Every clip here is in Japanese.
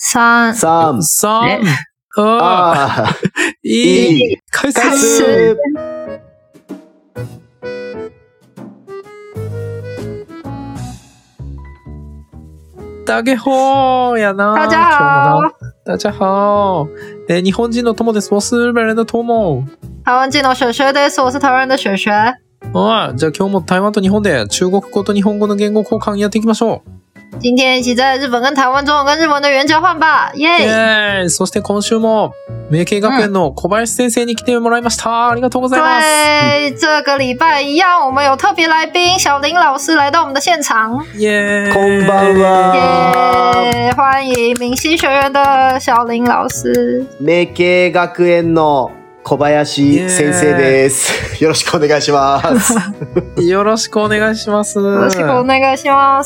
三二一，开始。大家好やな。 大家好。 大家好。日本人の友です。我是日本人的友。 台湾人の雪雪です。我是台湾人的雪雪。 じゃあ今日も台湾と日本で中国語と日本語の言語交換やっていきましょう。 今天一起在日本跟台湾中文跟日文的语言交换吧。イエーイ。 そして今週も明慶学園の小林先生に来てもらいました。ありがとうございます。 对，这个礼拜一样，我们有特别来宾小林老师来到我们的现场。 耶， こんばんは。 耶，欢迎明熙学院的小林老师。 明慶学園の小林先生です。よろしくお願いします。 よろしくお願いします。 よろしくお願いします。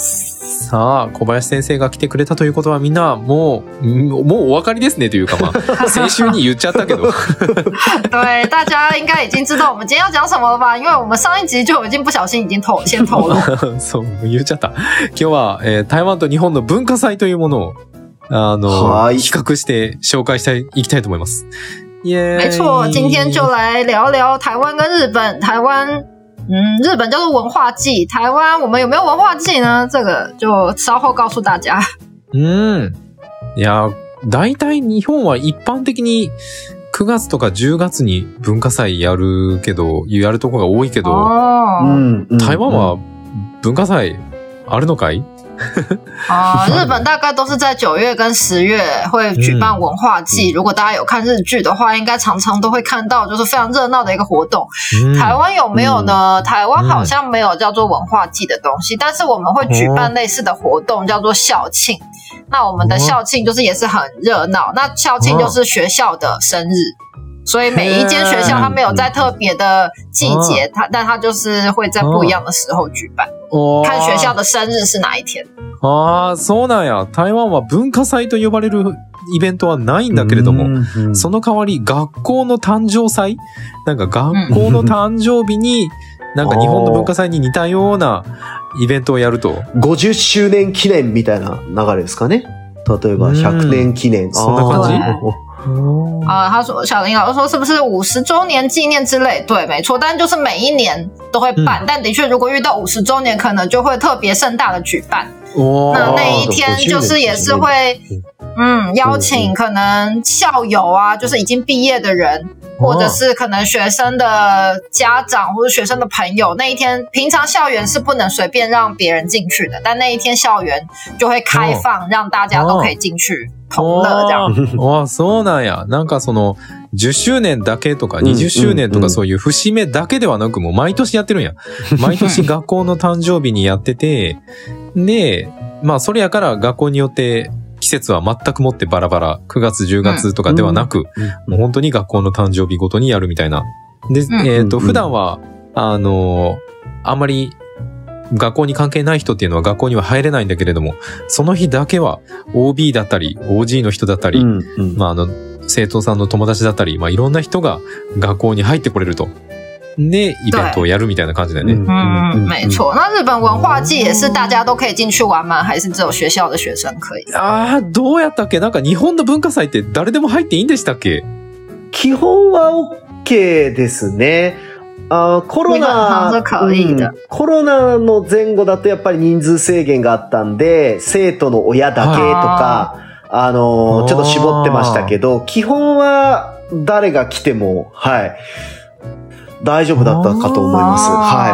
さあ、小林先生が来てくれたということはみんなもうお分かりですねというか先週に言っちゃったけど。 对，大家应该已经知道我们今天要讲什么了吧？因为我们上一集就已经不小心已经先透露。 そう、言っちゃった。今日は、台湾と日本の文化祭というものを比較して紹介していきたいと思います。 没错，今天就来聊聊台湾跟日本。台湾，日本叫做文化祭，台湾我们有没有文化祭呢？这个就稍後告訴大家。 いや、だいたい日本は一般的に9月とか10月に文化祭やるとこが多いけど、台湾は文化祭あるのかい？ 日本大概都是在9月跟10月会举办文化祭，如果大家有看日剧的话，应该常常都会看到，就是非常热闹的一个活动。台湾有没有呢？台湾好像没有叫做文化祭的东西，但是我们会举办类似的活动，叫做校庆。那我们的校庆就是也是很热闹，那校庆就是学校的生日。所以每一间学校它没有在特别的季节，但它就是会在不一样的时候举办。看学校的生日是哪一天。 そうなんや。台湾は文化祭と呼ばれるイベントはないんだけれども、その代わり学校の誕生祭、なんか学校の誕生日に、なんか日本の文化祭に似たようなイベントをやると。 50周年記念みたいな流れですかね。例えば100年記念。 そんな感じ？ 他说小林老师说是不是50周年纪念之类？对，没错，但就是每一年都会办，但的确如果遇到50周年，可能就会特别盛大的举办。那一天就是也是会邀请可能校友啊，就是已经毕业的人，或者是可能学生的家长或者学生的朋友。那一天平常校园是不能随便让别人进去的，但那一天校园就会开放，让大家都可以进去同乐这样。 そうなんや。なんかその10周年だけとか20周年とかそういう節目だけではなくもう毎年やってるんや。毎年学校の誕生日にやってて、で、それやから学校によって季節は全くもってバラバラ。9月10月とかではなく、もう本当に学校の誕生日ごとにやるみたいな。で、普段は、あんまり学校に関係ない人っていうのは学校には入れないんだけれども、その日だけは OB だったり、OG の人だったり、生徒さんの友達だったり、いろんな人が学校に入ってこれると。で、イベントをやるみたいな感じだよね。 没错。那日本文化祭也是大家都可以进去玩吗？还是只有学校的学生可以？ どうやったっけ？なんか日本の文化祭って誰でも入っていいんでしたっけ？ 基本は OK ですね。コロナの前後だとやっぱり人数制限があったんで、生徒の親だけとか、ちょっと絞ってましたけど、基本は誰が来ても、大丈夫だったかと思います。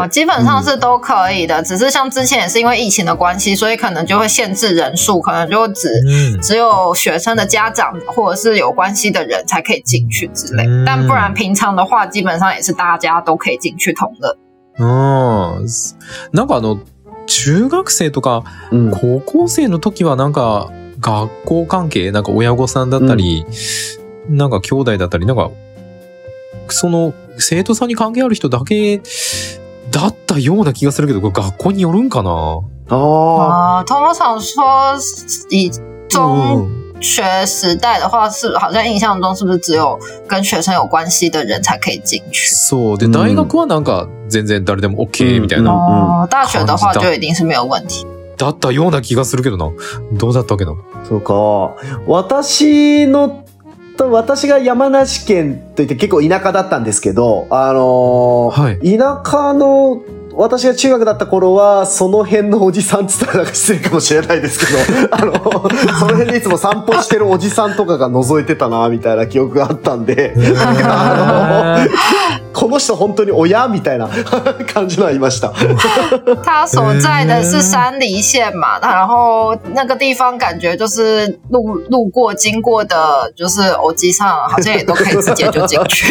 基本上是都可以的，只是像之前也是因为疫情的关系，所以可能就会限制人数，可能就只有学生的家长或者是有关系的人才可以进去之类。但不然平常的话，基本上也是大家都可以进去同乐。 なんか中学生とか高校生の時はなんか学校関係、なんか親御さんだったり、なんか兄弟だったり、なんかその生徒さんに関係ある人だけだったような気がするけど、これ学校によるんかな？ 通常说以中学时代的话，是好像印象中是不是只有跟学生有关系的人才可以进去？ そうで、大学はなんか全然誰でも OK みたいな。 大学的话就一定是没有问题。 だったような気がするけどな。どうだったっけな。 そうか。私が山梨県といって結構田舎だったんですけど、 はい。 田舎の、私が中学だった頃は、その辺のおじさんって言ったらなんか失礼かもしれないですけど、その辺でいつも散歩してるおじさんとかが覗いてたな、みたいな記憶があったんで、この人本当に親みたいな感じのはいました。 他所在的是山梨县嘛，然后那个地方感觉就是路过经过的，就是おじさん好像也都可以直接就进去。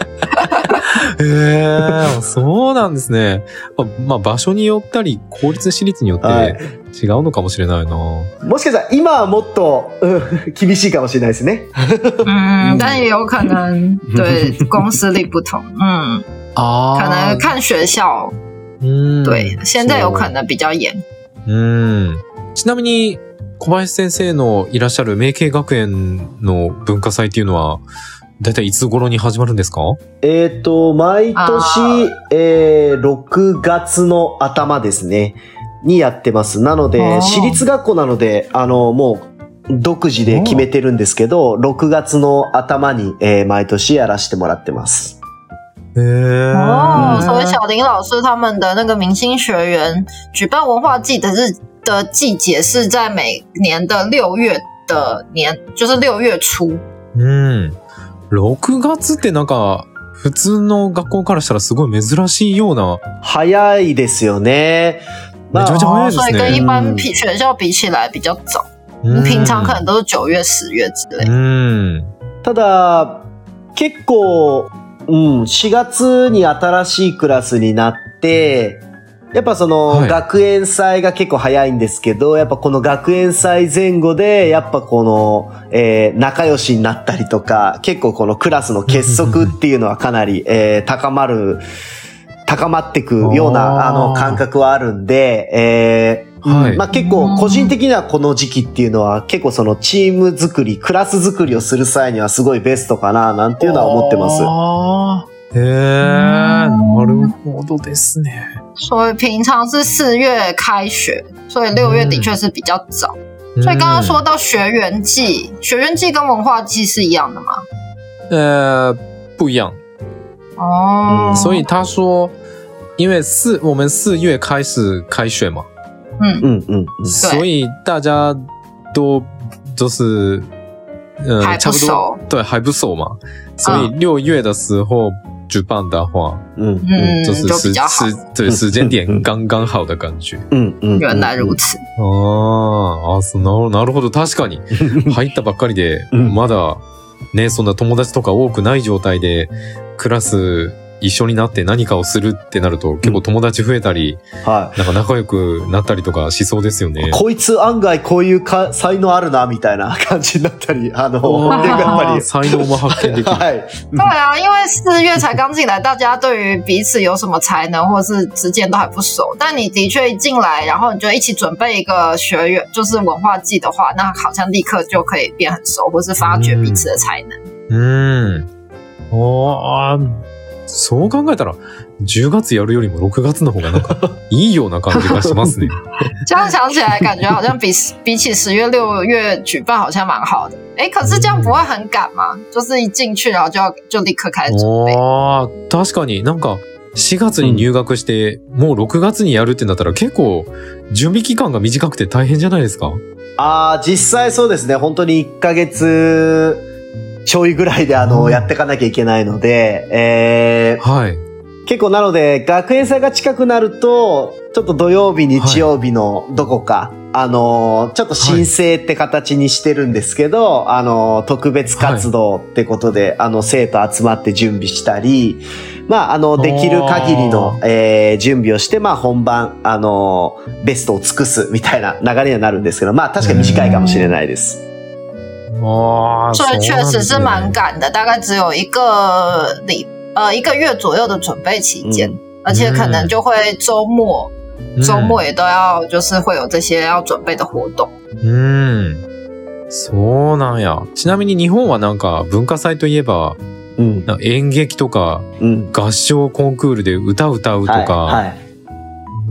そうなんですね。まあ場所によったり公立私立によって違うのかもしれないな。 もしかしたら今はもっと、厳しいかもしれないですね。 但也有可能对公司力不同，可能看学校。对，现在有可能比较严。 ちなみに小林先生のいらっしゃる明慶学園の文化祭っていうのはだいたいいつ頃に始まるんですか？ 毎年、6月の頭ですね、にやってます。なので、私立学校なので、もう、独自で決めてるんですけど、6月の頭に、毎年やらせてもらってます。 所以小林老師他們的那個明星學園舉辦文化祭的季節是在每年的6月的就是6月初。 6月ってなんか普通の学校からしたらすごい珍しいような。 早いですよね。 めちゃめちゃ早いですね。 所以跟一般学校比起来比較早。平常可能都是9月、10月之類。 ただ結構、4月に新しいクラスになって、やっぱその学園祭が結構早いんですけど、やっぱこの学園祭前後で、やっぱこの、仲良しになったりとか、結構このクラスの結束っていうのはかなり、高まっていくような、感覚はあるんで、まあ結構個人的にはこの時期っていうのは結構そのチーム作り、クラス作りをする際にはすごいベストかな、なんていうのは思ってます。 なるほどですね。 所以平常是4月开学，所以6月的确是比较早。所以刚刚说到学园祭，学园祭跟文化祭是一样的吗？ 不一样。所以他说，因为我们4月开始开学嘛，所以大家都是还不熟， 对，还不熟嘛，所以6月的时候举办的话，就是就比较好， 对，时间点刚刚好的感觉。 原来如此。 なるほど、確かに入ったばっかりでまだね、そんな友達とか多くない状態でクラス一緒になって何かをするってなると結構友達増えたり、なんか仲良くなったりとかしそうですよね。 こいつ案外こういう才能あるなみたいな感じになったり、やっぱり才能も発見できる。 对啊，因为4月才刚进来，大家对于彼此有什么才能或是之间都还不熟。但你的确一进来，然后你就一起准备一个学院，就是文化祭的话，那好像立刻就可以变很熟，或是发掘彼此的才能。 そう考えたら10月やるよりも6月の方がなんかいいような感じがしますね。 这样想起来感觉好像比起10月6月举办好像蛮好的。可是这样不会很赶吗？就是一进去然後就立刻開始準備。 確かになんか4月に入学して、もう6月にやるってなったら結構準備期間が短くて大変じゃないですか？ 実際そうですね。本当に1ヶ月ちょいぐらいでやっていかなきゃいけないので、結構なので学園祭が近くなるとちょっと土曜日日曜日のどこか、ちょっと申請って形にしてるんですけど、特別活動ってことで、生徒集まって準備したり、できる限りの、準備をして、本番、ベストを尽くすみたいな流れにはなるんですけど、確かに短いかもしれないです。 所以确实是蛮赶的，大概只有1个月左右的准备期间，而且可能就会周末也都要就是会有这些要准备的活動。 そうなんや。ちなみに日本はなんか文化祭といえば、演劇とか、合唱コンクールで歌うとか、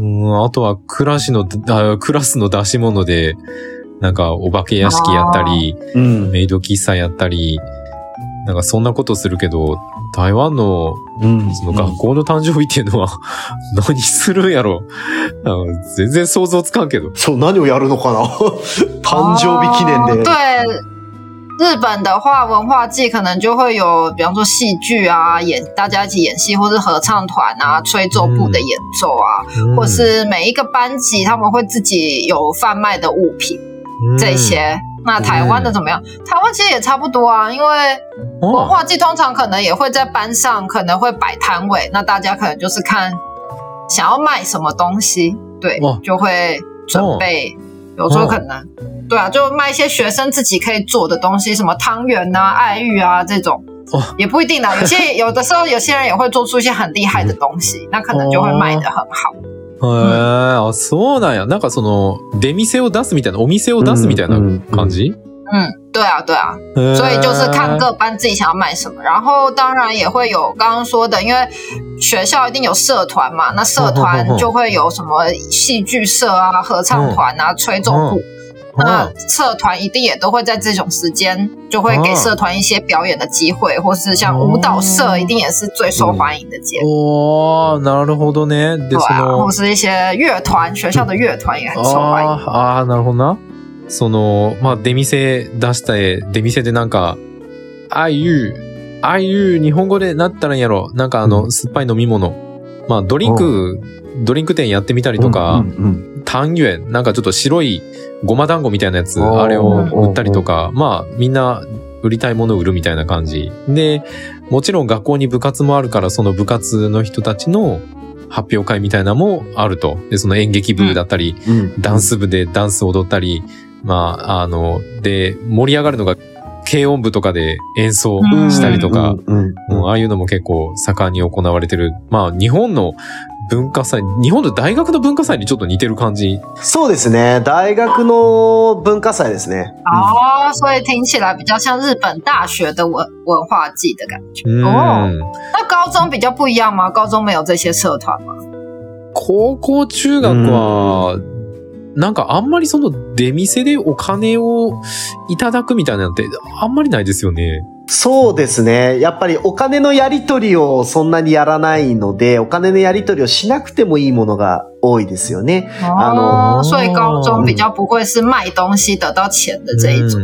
あとはクラスの出し物で、なんかお化け屋敷やったり、メイド喫茶やったり、なんかそんなことするけど、台湾の、その学校の誕生日っていうのは、何するんやろ。全然想像つかんけど。 そう、何をやるのかな誕生日記念で。 对。日本的话，文化祭可能就会有，比方说戏剧啊，大家一起演戏，或是合唱团啊，吹奏部的演奏啊，或是每一个班级他们会自己有贩卖的物品，这些。那台湾的怎么样？台湾其实也差不多啊，因为文化祭通常可能也会在班上可能会摆摊位，那大家可能就是看想要卖什么东西，对，就会准备，有时候可能。对啊，就卖一些学生自己可以做的东西，什么汤圆啊、爱玉啊这种，也不一定啦。有的时候有些人也会做出一些很厉害的东西，那可能就会卖得很好。 そうなんや。なんかその出店を出すみたいな、お店を出すみたいな感じ？ 对啊，对啊，所以就是看各班自己想要卖什么，然后当然也会有刚刚说的，因为学校一定有社团嘛，那社团就会有什么戏剧社啊、合唱团啊、吹奏部。那社团一定也都会在这种时间就会给社团一些表演的机会，或是像舞蹈社一定也是最受欢迎的节目。 なるほどね。 对啊，或是一些乐团，学校的乐团也很受欢迎。 なるほどな。そのまあ出店出して出店でなんかああいう日本語でなったらんやろ。なんか酸っぱい飲み物、まあドリンク店やってみたりとか、湯圓なんかちょっと白いごま団子みたいなやつ、あれを売ったりとか、まあみんな売りたいものを売るみたいな感じ。で、もちろん学校に部活もあるから、その部活の人たちの発表会みたいなのもあると。で、その演劇部だったり、ダンス部でダンスを踊ったり、まあ、で、盛り上がるのが軽音部とかで演奏したりとか、ああいうのも結構盛んに行われてる。まあ、日本の大学の文化祭にちょっと似てる感じ。 そうですね。大学の文化祭ですね。 所以听起来比较像日本大学的文化祭的感觉。那高中比较不一样吗？高中没有这些社团吗？ 高校中学は、なんかあんまりその出店でお金をいただくみたいなのってあんまりないですよね。 そうですね。やっぱりお金のやり取りをそんなにやらないので、お金のやり取りをしなくてもいいものが多いですよね。 所以高中比较不会是卖东西得到钱的这一种。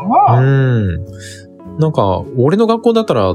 なんか俺の学校だったら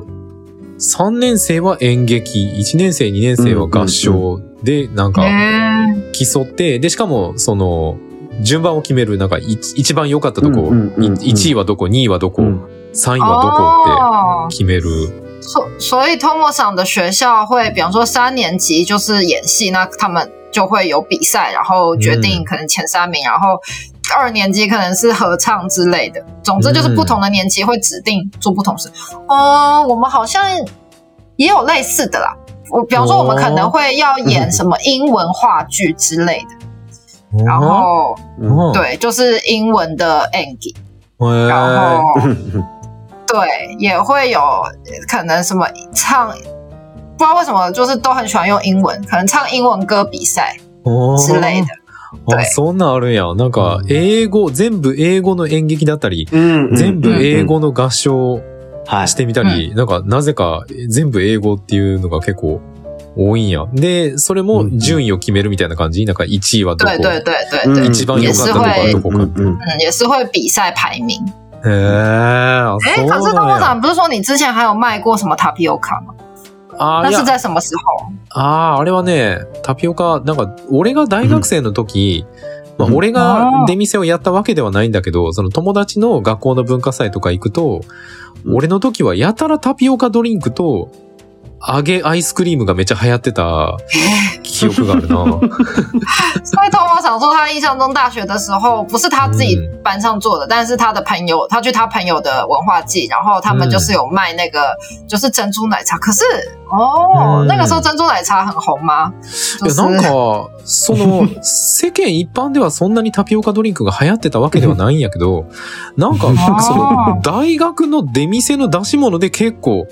3年生は演劇、1年生、2年生は合唱でなんか競って、でしかもその順番を決めるなんか一番良かったとこ、1位はどこ、2位はどこ。3位はどこって決める。 所以 Tomo さん的学校会，比方说3年级就是演戏，那他们就会有比赛，然后决定可能前3名，然后2年级可能是合唱之类的。总之就是不同的年级会指定做不同事。我们好像也有类似的啦。比方说我们可能会要演什么英文话剧之类的，然后对，就是英文的演技，然后。对，也会有可能什么唱，不知道为什么，就是都很喜欢用英文，可能唱英文歌比赛之类的。 あ、そんなんあるんや。なんか全部英語の演劇だったり、全部英語の合唱してみたり、なんかなぜか全部英語っていうのが結構多いんや。で、それも順位を決めるみたいな感じ。なんか1位はどこ、一番良かったとこはどこか。 也是会比赛排名。 可是 Tomoさん不是说你之前还有卖过什么タピオカ吗？那是在什么时候？ あれはね、タピオカ、なんか、俺が大学生の時、まあ、俺が出店をやったわけではないんだけど、その友達の学校の文化祭とか行くと、俺の時はやたらタピオカドリンクと、揚げアイスクリームがめっちゃ流行ってた記憶があるな。 所以Tomo想说，他印象中大学的时候，不是他自己班上做的，但是他的朋友，他去他朋友的文化祭，然后他们就是有卖那个，就是珍珠奶茶。可是那个时候珍珠奶茶很红吗？ いやなんかその世間一般ではそんなにタピオカドリンクが流行ってたわけではないんやけど、なんかその大学の出店の出し物で結構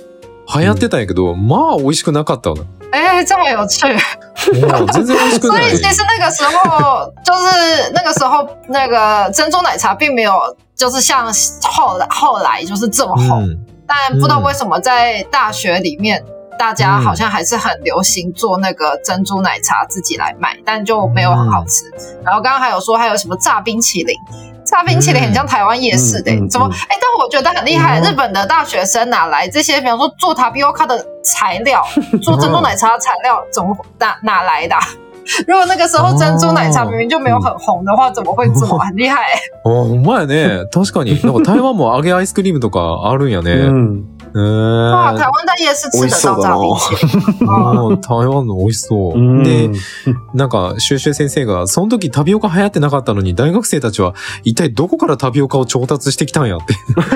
流行ってたんやけど、まあ美味しくなかったわ。 这么有趣。 全然美味しくない。 所以其实那个时候就是那个时候那个珍珠奶茶并没有就是像后来就是这么红，但不知道为什么在大学里面。大家好像还是很流行做那个珍珠奶茶自己来卖，但就没有很好吃。然后刚刚还有说还有什么炸冰淇淋，炸冰淇淋很像台湾夜市的，怎么？但我觉得很厉害，日本的大学生哪来这些，比方说做塔比欧卡的材料，做珍珠奶茶的材料，怎么哪来的？如果那个时候珍珠奶茶明明就没有很红的话，怎么会这么很厉害？ ほんまやね。確かに。なんか台湾も揚げアイスクリームとかあるんやね。 哇，台湾在夜市吃得到炸冰淇淋。 台湾の美味しそう。で、なんか、シュウシュウ先生が、その時タピオカ流行ってなかったのに、大学生たちは一体どこからタピオカを調達してきたんやって。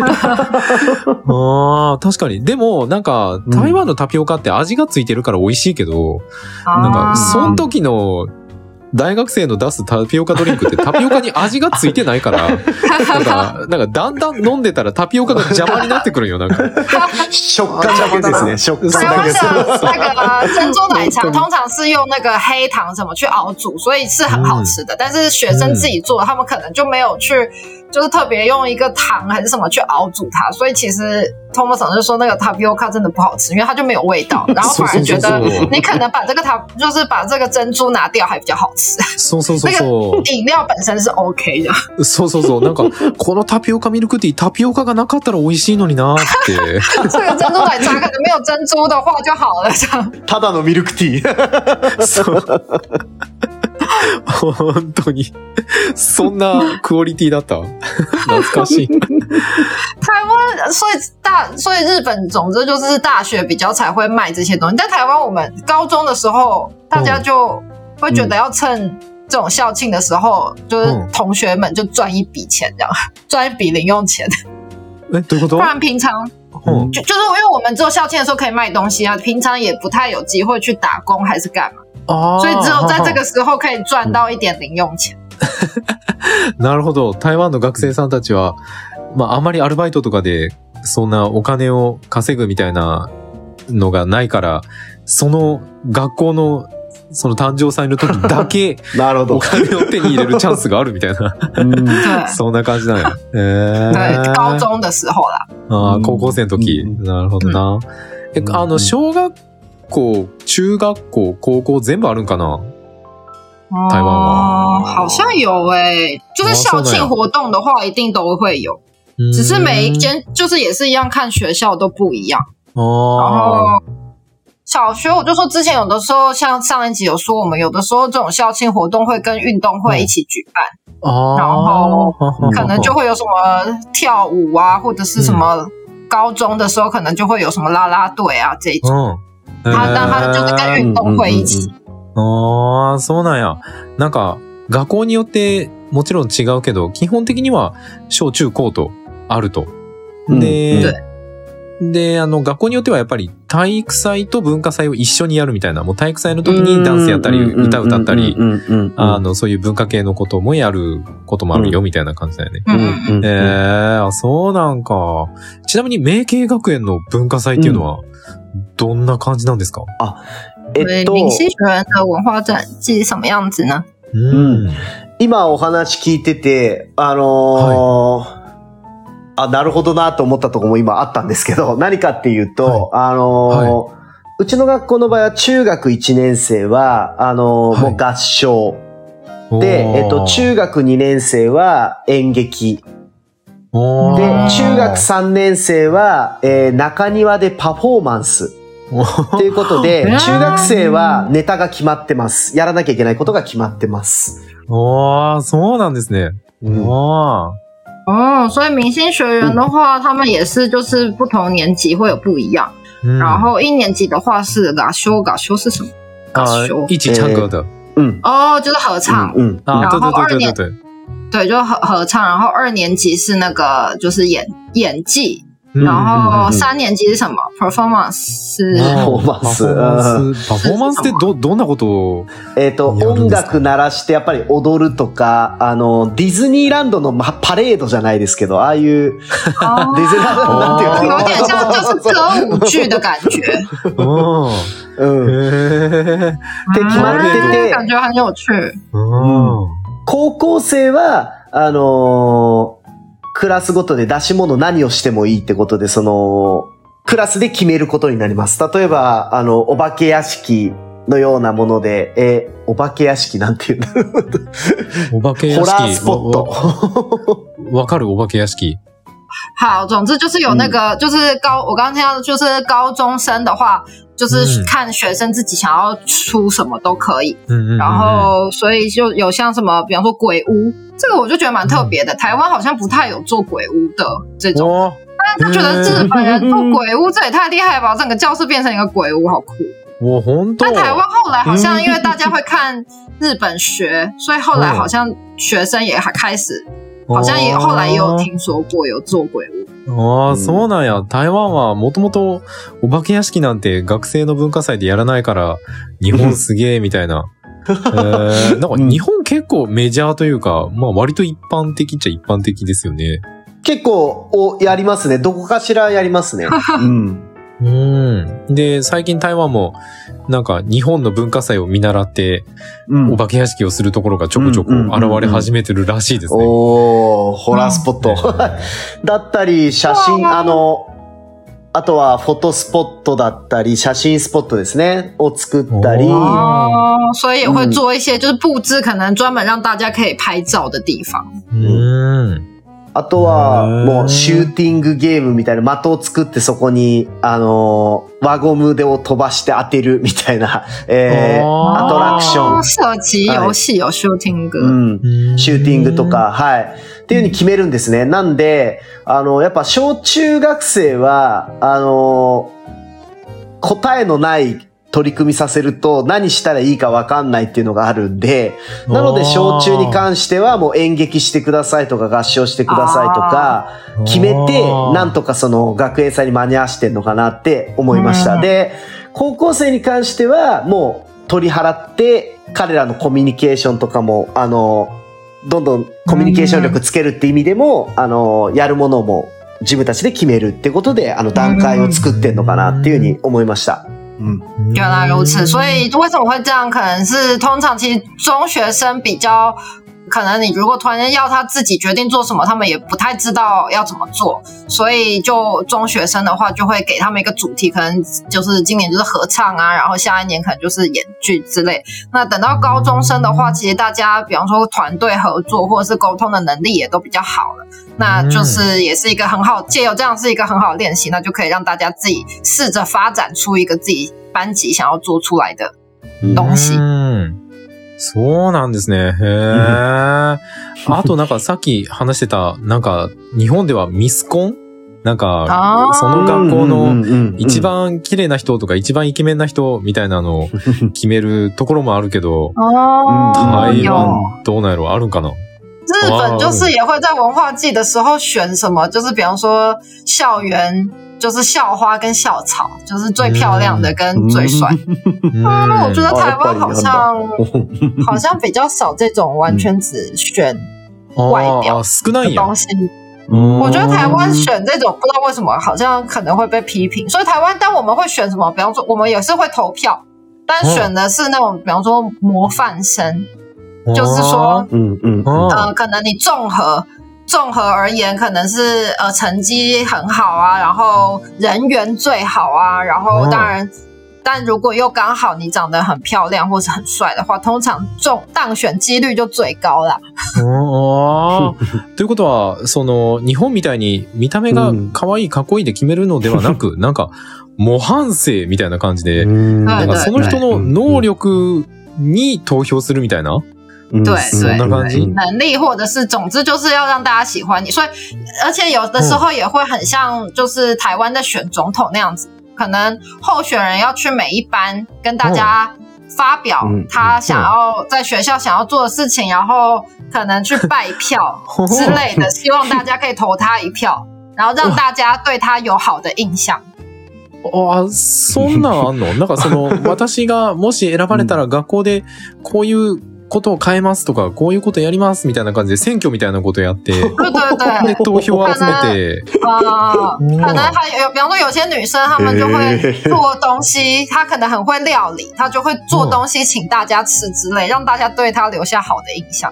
確かに。でも、なんか、台湾のタピオカって味がついてるから美味しいけど、なんか、その時の、大学生の出すタピオカドリンクってタピオカに味がついてないから、なんかだんだん飲んでたらタピオカが邪魔になってくるよ、なんか。 食感だけですね、食感だけ。 那个珍珠奶茶通常是用那个黑糖什么去熬煮，所以是很好吃的。但是学生自己做，他们可能就没有去，就是特别用一个糖还是什么去熬煮它，所以其实 Thomas 就说那个 tapioca 真的不好吃，因为它就没有味道，然后反而觉得你可能把这个就是把这个珍珠拿掉还比较好吃。 そうそうそうそう。 那个饮料本身是 OK 的。 そうそうそう。なんかこのタピオカミルクティータピオカがなかったら美味しいのになーって。 这个珍珠奶茶可能没有珍珠的话就好了，这样。 ただのミルクティー。 そう。本当にそんなクオリティだった。懐かしい。 台湾，所以日本总之就是大学比较才会卖这些东西，但台湾我们高中的时候，大家就会觉得要趁这种校庆的时候，就是同学们就赚一笔钱，这样赚一笔零用钱。 どういうこと？ 不然平常就是因为我们只有校庆的时候可以卖东西啊，平常也不太有机会去打工还是干嘛。所以只有在这个时候可以赚到一点零用钱。 なるほど。台湾の学生さんたちは、まああまりアルバイトとかでそんなお金を稼ぐみたいなのがないから、その学校のその誕生祭の時だけお金を手に入れるチャンスがあるみたいな。そんな感じなんや。 对，高中的时候啦。 高校生の時。なるほどな。小学校、中学校、高校全部あるんかな？台湾は。 好像有就是校庆活动的话一定都会有，只是每一间就是也是一样，看学校都不一样。然后小学我就说之前有的时候像上一集有说，我们有的时候这种校庆活动会跟运动会一起举办，然后可能就会有什么跳舞啊，或者是什么高中的时候可能就会有什么啦啦队啊这种。但它就是跟運動会一起。 そうなんや。なんか、学校によってもちろん違うけど、基本的には小中高とあると。で、学校によってはやっぱり体育祭と文化祭を一緒にやるみたいな、もう体育祭の時にダンスやったり、歌歌ったり、そういう文化系のこともやることもあるよみたいな感じだよね。そうなんか。ちなみに明慶学園の文化祭っていうのは、どんな感じなんですか？ 明星学園的文化展是什么样子呢？ 今お話聞いてて、なるほどなと思ったところも今あったんですけど、何かっていうと、うちの学校の場合は中学1年生は、もう合唱。で、中学2年生は演劇。で、中学3年生は、中庭でパフォーマンス。ということで、中学生はネタが決まってます。やらなきゃいけないことが決まってます。 そうなんですね。 所以明星学园的话，他们也是就是不同年级会有不一样。然后一年级的话是嘎修是什么？嘎修一起唱歌的。 就是合唱。然后二年对，就合唱。然后二年级是那个就是演技， 然后3年级是什么 performance パフォーマンスってどんなことを音楽鳴らしてやっぱり踊るとか、ディズニーランドのパレードじゃないですけど、ああいう、ディズニーランドなんていうの有点像就是歌舞剧的感觉。 って決まってて、 感觉很有趣。 高校生は、クラスごとで出し物何をしてもいいってことで、クラスで決めることになります。例えば、お化け屋敷のようなもので、お化け屋敷なんていうんだろう。 お化け屋敷。 ホラースポット。 わかるお化け屋敷。 好，总之就是有那个，就是我刚刚听到，就是高中生的话，就是看学生自己想要出什么都可以。然后所以就有像什么，比方说鬼屋，这个我就觉得蛮特别的。台湾好像不太有做鬼屋的这种，但是就觉得日本人做鬼屋，这也太厉害了吧！整个教室变成一个鬼屋，好酷。但台湾后来好像因为大家会看日本学，所以后来好像学生也开始。好像也后来也有听说过有做鬼屋。 そうなんや。台湾はもともとお化け屋敷なんて学生の文化祭でやらないから、日本すげえみたいな。なんか日本結構メジャーというか、まあ割と一般的っちゃ一般的ですよね。 結構やりますね。どこかしらやりますね。 で、最近台湾もなんか日本の文化祭を見習って、お化け屋敷をするところがちょこちょこ現れ始めてるらしいですね。 ホラースポット。だったり、写真、あとはフォトスポットだったり、写真スポットですね、を作ったり。 所以也会做一些就是布置可能专门让大家可以拍照的地方。 あとは、もう、シューティングゲームみたいな的を作ってそこに、輪ゴムを飛ばして当てるみたいな、アトラクション。 射击遊戲よ、シューティング。 シューティングとか、はい。っていう風に決めるんですね。なんで、やっぱ小中学生は、答えのない取り組みさせると何したらいいか分かんないっていうのがあるんで、なので小中に関してはもう演劇してくださいとか合唱してくださいとか決めて、なんとかその学園祭に間に合わせてんのかなって思いました。で、高校生に関してはもう取り払って彼らのコミュニケーションとかも、どんどんコミュニケーション力つけるって意味でも、やるものも自分たちで決めるってことで、段階を作ってんのかなっていうふうに思いました。 原来如此，所以为什么会这样？可能是通常其实中学生比较，可能你如果突然间要他自己决定做什么，他们也不太知道要怎么做，所以就中学生的话就会给他们一个主题，可能就是今年就是合唱啊，然后下一年可能就是演剧之类。那等到高中生的话，其实大家比方说团队合作或者是沟通的能力也都比较好了。那就是也是一个很好，借由这样是一个很好的练习，那就可以让大家自己试着发展出一个自己班级想要做出来的东西。 そうなんですね。へー。あとなんかさっき話してた、なんか日本ではミスコンなんか、その学校の一番綺麗な人とか一番イケメンな人みたいなのを決めるところもあるけど、台湾どうなんやろあるんかな？ 日本就是也会在文化季的时候选什么，就是比方说校园，就是校花跟校草，就是最漂亮的跟最帅。那我觉得台湾好像比较少这种完全只选外表的东西。我觉得台湾选这种不知道为什么好像可能会被批评，所以台湾但我们会选什么？比方说我们也是会投票，但选的是那种比方说模范生。就是说，可能你综合而言，可能是成绩很好啊，然后人缘最好啊，然后当然，但如果又刚好你长得很漂亮或是很帅的话，通常当選几率就最高啦。 ということは、その日本みたいに見た目が可愛いかっこいいで決めるのではなく、なんか模範生みたいな感じで、なんかその人の能力に投票するみたいな。 对对，能力或者是总之就是要让大家喜欢你，所以而且有的时候也会很像就是台湾在选总统那样子，可能候选人要去每一班跟大家发表他想要在学校想要做的事情，然后可能去拜票之类的，希望大家可以投他一票。 然后让大家对他有好的印象。 あ、そんなんあんの？なんか私がもし選ばれたら学校でこういうことを変えますとか、こういうことやりますみたいな感じで選挙みたいなことやって、 对对对， で投票を集めて。 可能还有，比方说有些女生她们就会做东西，她可能很会料理，她就会做东西请大家吃之类，让大家对她留下好的印象。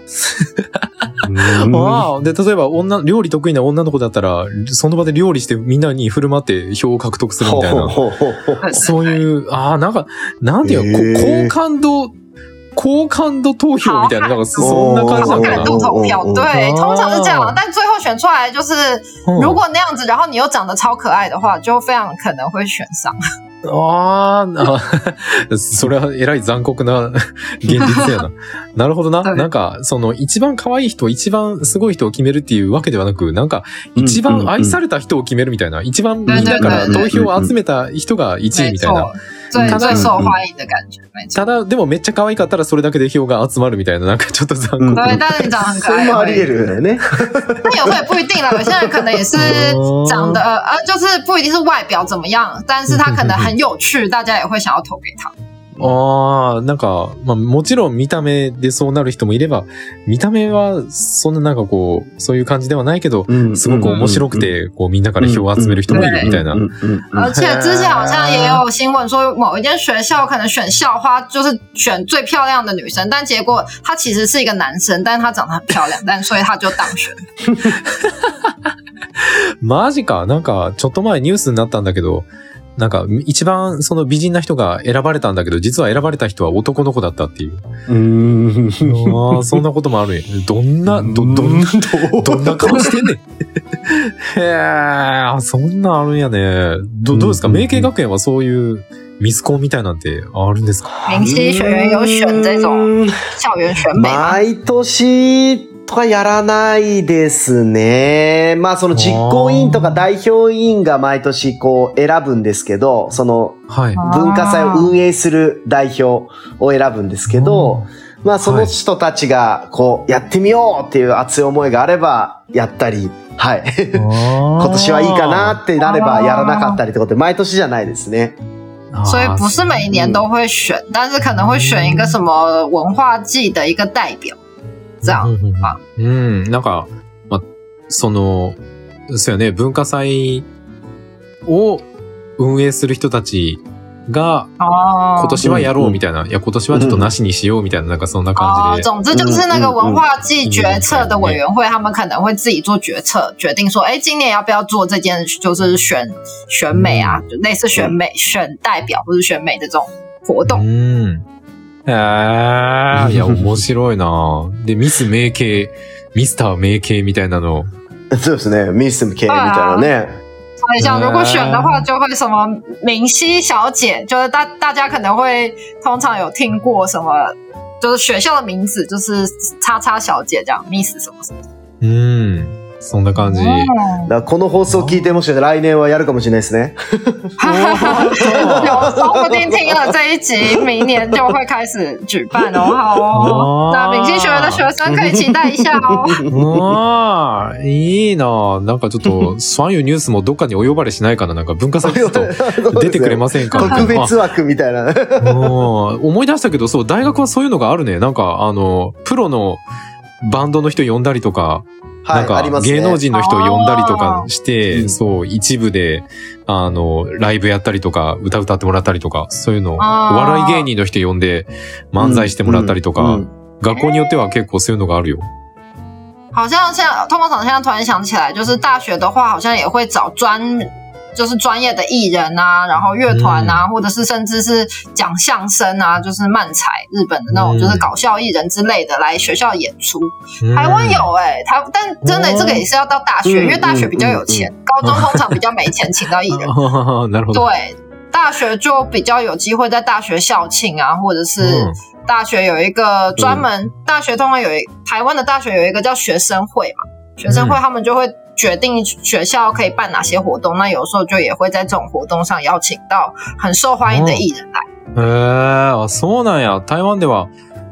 ああ、で、例えば料理得意な女の子だったら、その場で料理してみんなに振る舞って票を獲得するみたいな。そういう、なんか、なんていうの、高感度投票みたいな、なんかそんな感じなのかな。 高感度投票，对，通常是这样，但最后选出来就是，如果那样子，然后你又长得超可愛的话，就非常可能会选上。 それはえらい残酷な現実やな。なるほどな。なんか、一番可愛い人、一番すごい人を決めるっていうわけではなく、なんか、一番愛された人を決めるみたいな。一番みんなから投票を集めた人が1位みたいな。 最受欢迎的感觉。 ただ、でもめっちゃ可愛かったらそれだけで票が集まるみたいな、なんかちょっと残酷。 对，但是你长得很可愛。 それもあり得るよね。 但有时候也不一定啦，有些人可能也是长得就是不一定是外表怎么样，但是他可能很有趣，大家也会想要投给他。 なんか、まあもちろん見た目でそうなる人もいれば、見た目はそんななんかこう、そういう感じではないけど、すごく面白くて、こうみんなから票を集める人もいるみたいな。 而且之前好像也有新闻说，某一间学校可能选校花就是选最漂亮的女生，但结果她其实是一个男生，但是她长得很漂亮，但所以她就当选。 マジか。なんか、ちょっと前ニュースになったんだけど、なんか、一番その美人な人が選ばれたんだけど、実は選ばれた人は男の子だったっていう。そんなこともあるんや。どんな顔してんねん。へそんなんあるんやね。どうですか？明慶学園はそういうミスコンみたいなんてあるんですか？ 明熙学園有選這種校園選美嗎？ 毎年とかやらないですね。まあその実行委員とか代表委員が毎年こう選ぶんですけど、その文化祭を運営する代表を選ぶんですけど、まあその人たちがこうやってみようっていう熱い思いがあればやったり、はい。今年はいいかなってなればやらなかったりってことで、毎年じゃないですね。 所以不是每一年都会選，但是可能会選一個什麼文化祭的一個代表。這樣なんか、ま、そうやね、文化祭を運営する人たちが、今年はやろうみたいな、いや、今年はちょっとなしにしようみたいな、なんかそんな感じで。 總之就是那個文化祭決策的委員會，他們可能會自己做決策，決定說，今年要不要做這件，就是選美啊，就類似選美、選代表或是選美的這種活動。 いや、面白いな。で、ミス明慶、ミスター明慶みたいなの。 そうですね。ミス慶みたいなね。 所以像如果選的話，就會什麼明熙小姐，就是大家可能會通常有聽過什麼，就是學校的名字，就是叉叉小姐這樣，Miss 什麼什麼。 そんな感じ。 だこの放送聞いてもしかして来年はやるかもしれないですね。 說不定聽了這一集，明年就會開始舉辦哦。好哦，那明星學院的學生可以期待一下哦。 いいな。なんかちょっと、そういうニュースもどっかにお呼ばれしないかな。なんか文化祭ちょっと出てくれませんか？ 特別枠みたいな。 思い出したけど、そう、大学はそういうのがあるね。なんか、プロのバンドの人呼んだりとか、なんか、芸能人の人を呼んだりとかして、そう、一部で、ライブやったりとか、歌ってもらったりとか、そういうの、お笑い芸人の人呼んで漫才してもらったりとか、学校によっては結構そういうのがあるよ。 好像通常现在突然想起来，就是大学的话，好像也会找就是专业的艺人啊，然后乐团啊，或者是甚至是讲相声啊，就是漫才日本的那种，就是搞笑艺人之类的来学校演出。台湾有但真的这个也是要到大学，因为大学比较有钱，高中通常比较没钱请到艺人。对，大学就比较有机会在大学校庆啊，或者是大学有一个专门，大学通常台湾的大学有一个叫学生会嘛，学生会他们就会决定学校可以办哪些活动，那有时候就也会在这种活動上邀請到很受歡迎的藝人來。 そうなんや。台湾では、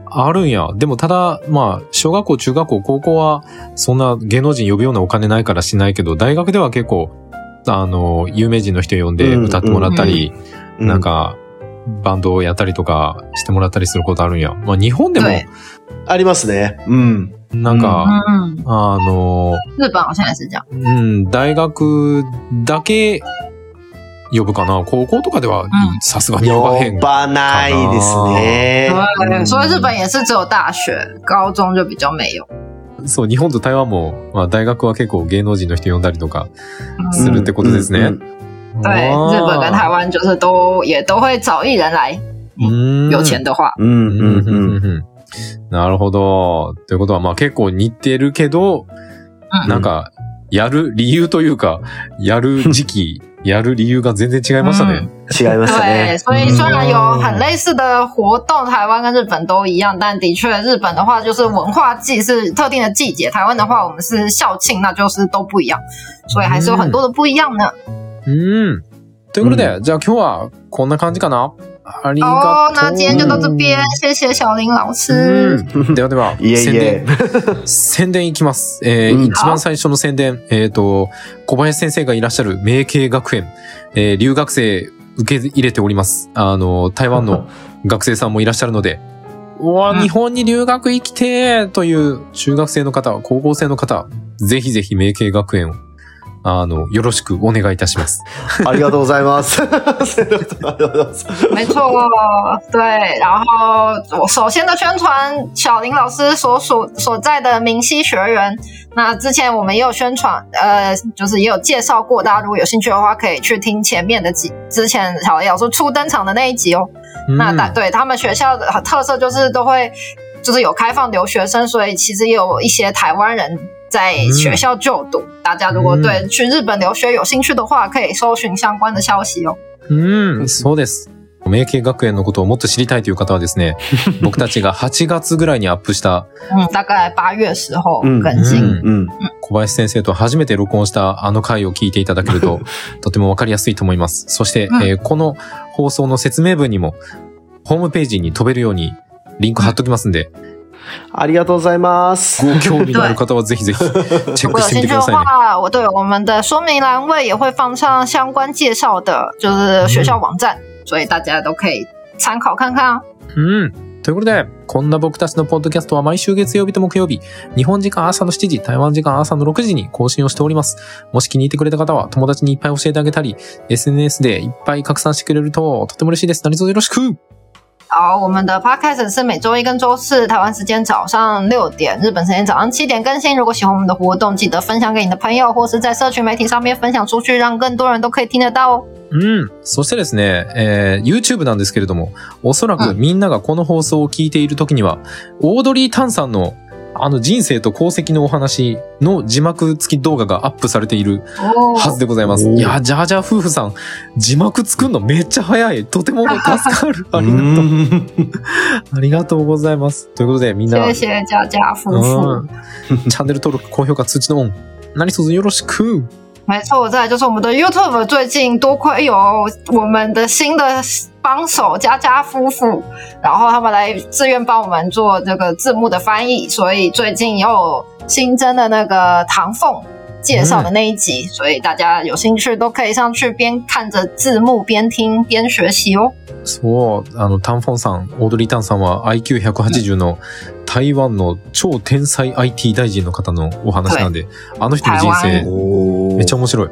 あるんや。でもただ、まあ、小学校、中学校、高校は、そんな芸能人呼ぶようなお金ないからしないけど、大学では結構、有名人の人呼んで歌ってもらったり、なんか、バンドをやったりとかしてもらったりすることあるんや。まあ、日本でも、 ありますね。 なんか、 日本好像也是这样。 大学だけ呼ぶかな。高校とかではさすがに呼ばへん。 呼ばないですね。 对，所以日本也是只有大学，高中就比较没有。 そう、日本と台湾も、まあ大学は結構芸能人の人呼んだりとかするってことですね。 对，日本跟台湾就是也都会找艺人来，有钱的话。 なるほど。ということは、まあ結構似てるけど、なんか、やる理由というか、やる時期、やる理由が全然違いましたね。 違いましたね。 对，所以虽然有很类似的活动，台湾跟日本都一样，但的确日本的话就是文化季是特定的季节，台湾的话我们是校庆，那就是都不一样，所以还是有很多的不一样呢。 ということで、じゃあ今日はこんな感じかな。ありがとう。 那今天就到这边，谢谢小林老師。 ではでは、宣伝いきます。一番最初の宣伝、小林先生がいらっしゃる明慶学園、留学生受け入れております。台湾の学生さんもいらっしゃるので、日本に留学行きてーという中学生の方、高校生の方、ぜひぜひ明慶学園をよろしくお願いいたします。 ありがとうございます。 没错，对。然后我首先的宣传小林老师所在的明溪学园。那之前我们也有宣传，就是也有介绍过，大家如果有兴趣的话，可以去听前面的之前小林老师初登场的那一集哦。那对他们学校的特色就是都会就是有开放留学生，所以其实也有一些台湾人在学校就读。大家如果对去日本留学有興趣的話、可以搜尋相關的消息哦。 そうです。明慶学園のことをもっと知りたいという方はですね、僕たちが8月ぐらいにアップした、 大概8月時候更新。 小林先生と初めて録音したあの回を聞いていただけると、とてもわかりやすいと思います。そして、この放送の説明文にも、ホームページに飛べるようにリンク貼っときますんで、 ありがとうございます。 ご興味のある方はぜひぜひチェックしてみてくださいね。 我们的说明欄位也会放上相關介紹的，就是學校網站，所以大家都可以參考看看。 ということで、こんな僕たちのポッドキャストは毎週月曜日と木曜日、日本時間朝の7時、台湾時間朝の6時に更新をしております。もし気に入ってくれた方は友達にいっぱい教えてあげたり、SNS でいっぱい拡散してくれるととても嬉しいです。何卒よろしく。 好，我们的 podcast 是每周一跟周四台湾时间早上6点，日本时间早上7点更新。如果喜欢我们的活动，记得分享给你的朋友，或是在社群媒体上面分享出去，让更多人都可以听得到哦。 そしてですね、YouTube なんですけれども、おそらくみんながこの放送を聞いているときには、オードリー・タンさんの人生と功績のお話の字幕付き動画がアップされているはずでございます。いや、ジャージャー夫婦さん、字幕作るのめっちゃ早い。とても助かる。ありがとう。ありがとうございます。ということで、みんな。 謝謝ジャージャー夫婦。 チャンネル登録、高評価、通知のオン。何卒よろしく。 没错，再来就是我们的 YouTube 最近多亏有我们的新的帮手佳佳夫妇，然后他们来自愿帮我们做这个字幕的翻译，所以最近又有新增的那个唐凤介绍的那一集，所以大家有兴趣都可以上去边看着字幕边听边学習哦。 そう、タンフォンさん、オードリー・タンさんは IQ180 の台湾の超天才 IT 大臣の方のお話なんで、あの人の人生めっちゃ面白い。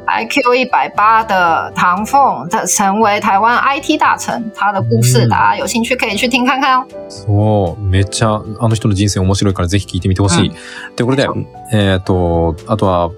IQ180 的唐凤，他成为台湾 IT 大臣，他的故事，大家有興趣可以去聽看看哦。 そう、めっちゃあの人の人生面白いからぜひ聞いてみてほしい。ということで、あとは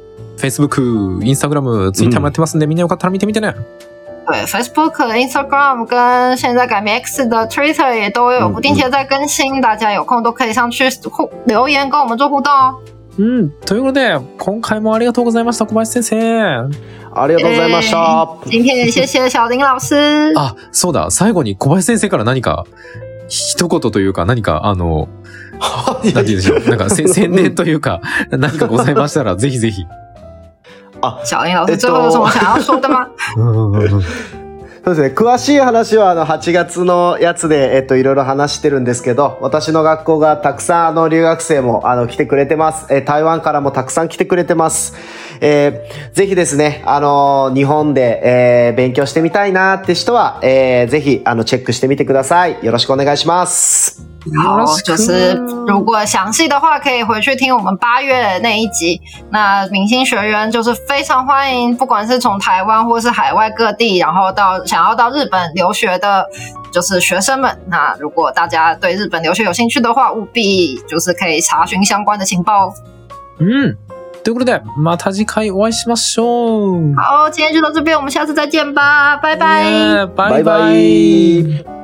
Facebook、Instagram、Twitter もやってますんで、みんなよかったら見てみてね。 对 ，Facebook、Instagram 跟现在改名 X 的 Twitter 也都有不定期的在更新，大家有空都可以上去留言跟我们做互動哦。 ということで、今回もありがとうございました、小林先生。 ありがとうございました。 今天也謝謝小林老師。 あ、そうだ、最後に小林先生から何か一言というか、何かなんて言うんでしょう、なんか宣伝というか、何かございましたら、ぜひぜひ。 小林老師最後有什麼想要說的嗎？ そうですね。詳しい話は8月のやつで、いろいろ話してるんですけど、私の学校がたくさん留学生も来てくれてます。台湾からもたくさん来てくれてます。ぜひですね、日本で、勉強してみたいなって人は、ぜひチェックしてみてください。よろしくお願いします。 好，就是如果详细的话，可以回去听我们8月那一集。那明星学院就是非常欢迎，不管是从台湾或是海外各地，然后想要到日本留学的，就是学生们。那如果大家对日本留学有兴趣的话，务必就是可以查询相关的情报。 ということで、また次回お会いしましょう。 好，今天就到这边，我们下次再见吧，拜拜， 拜拜。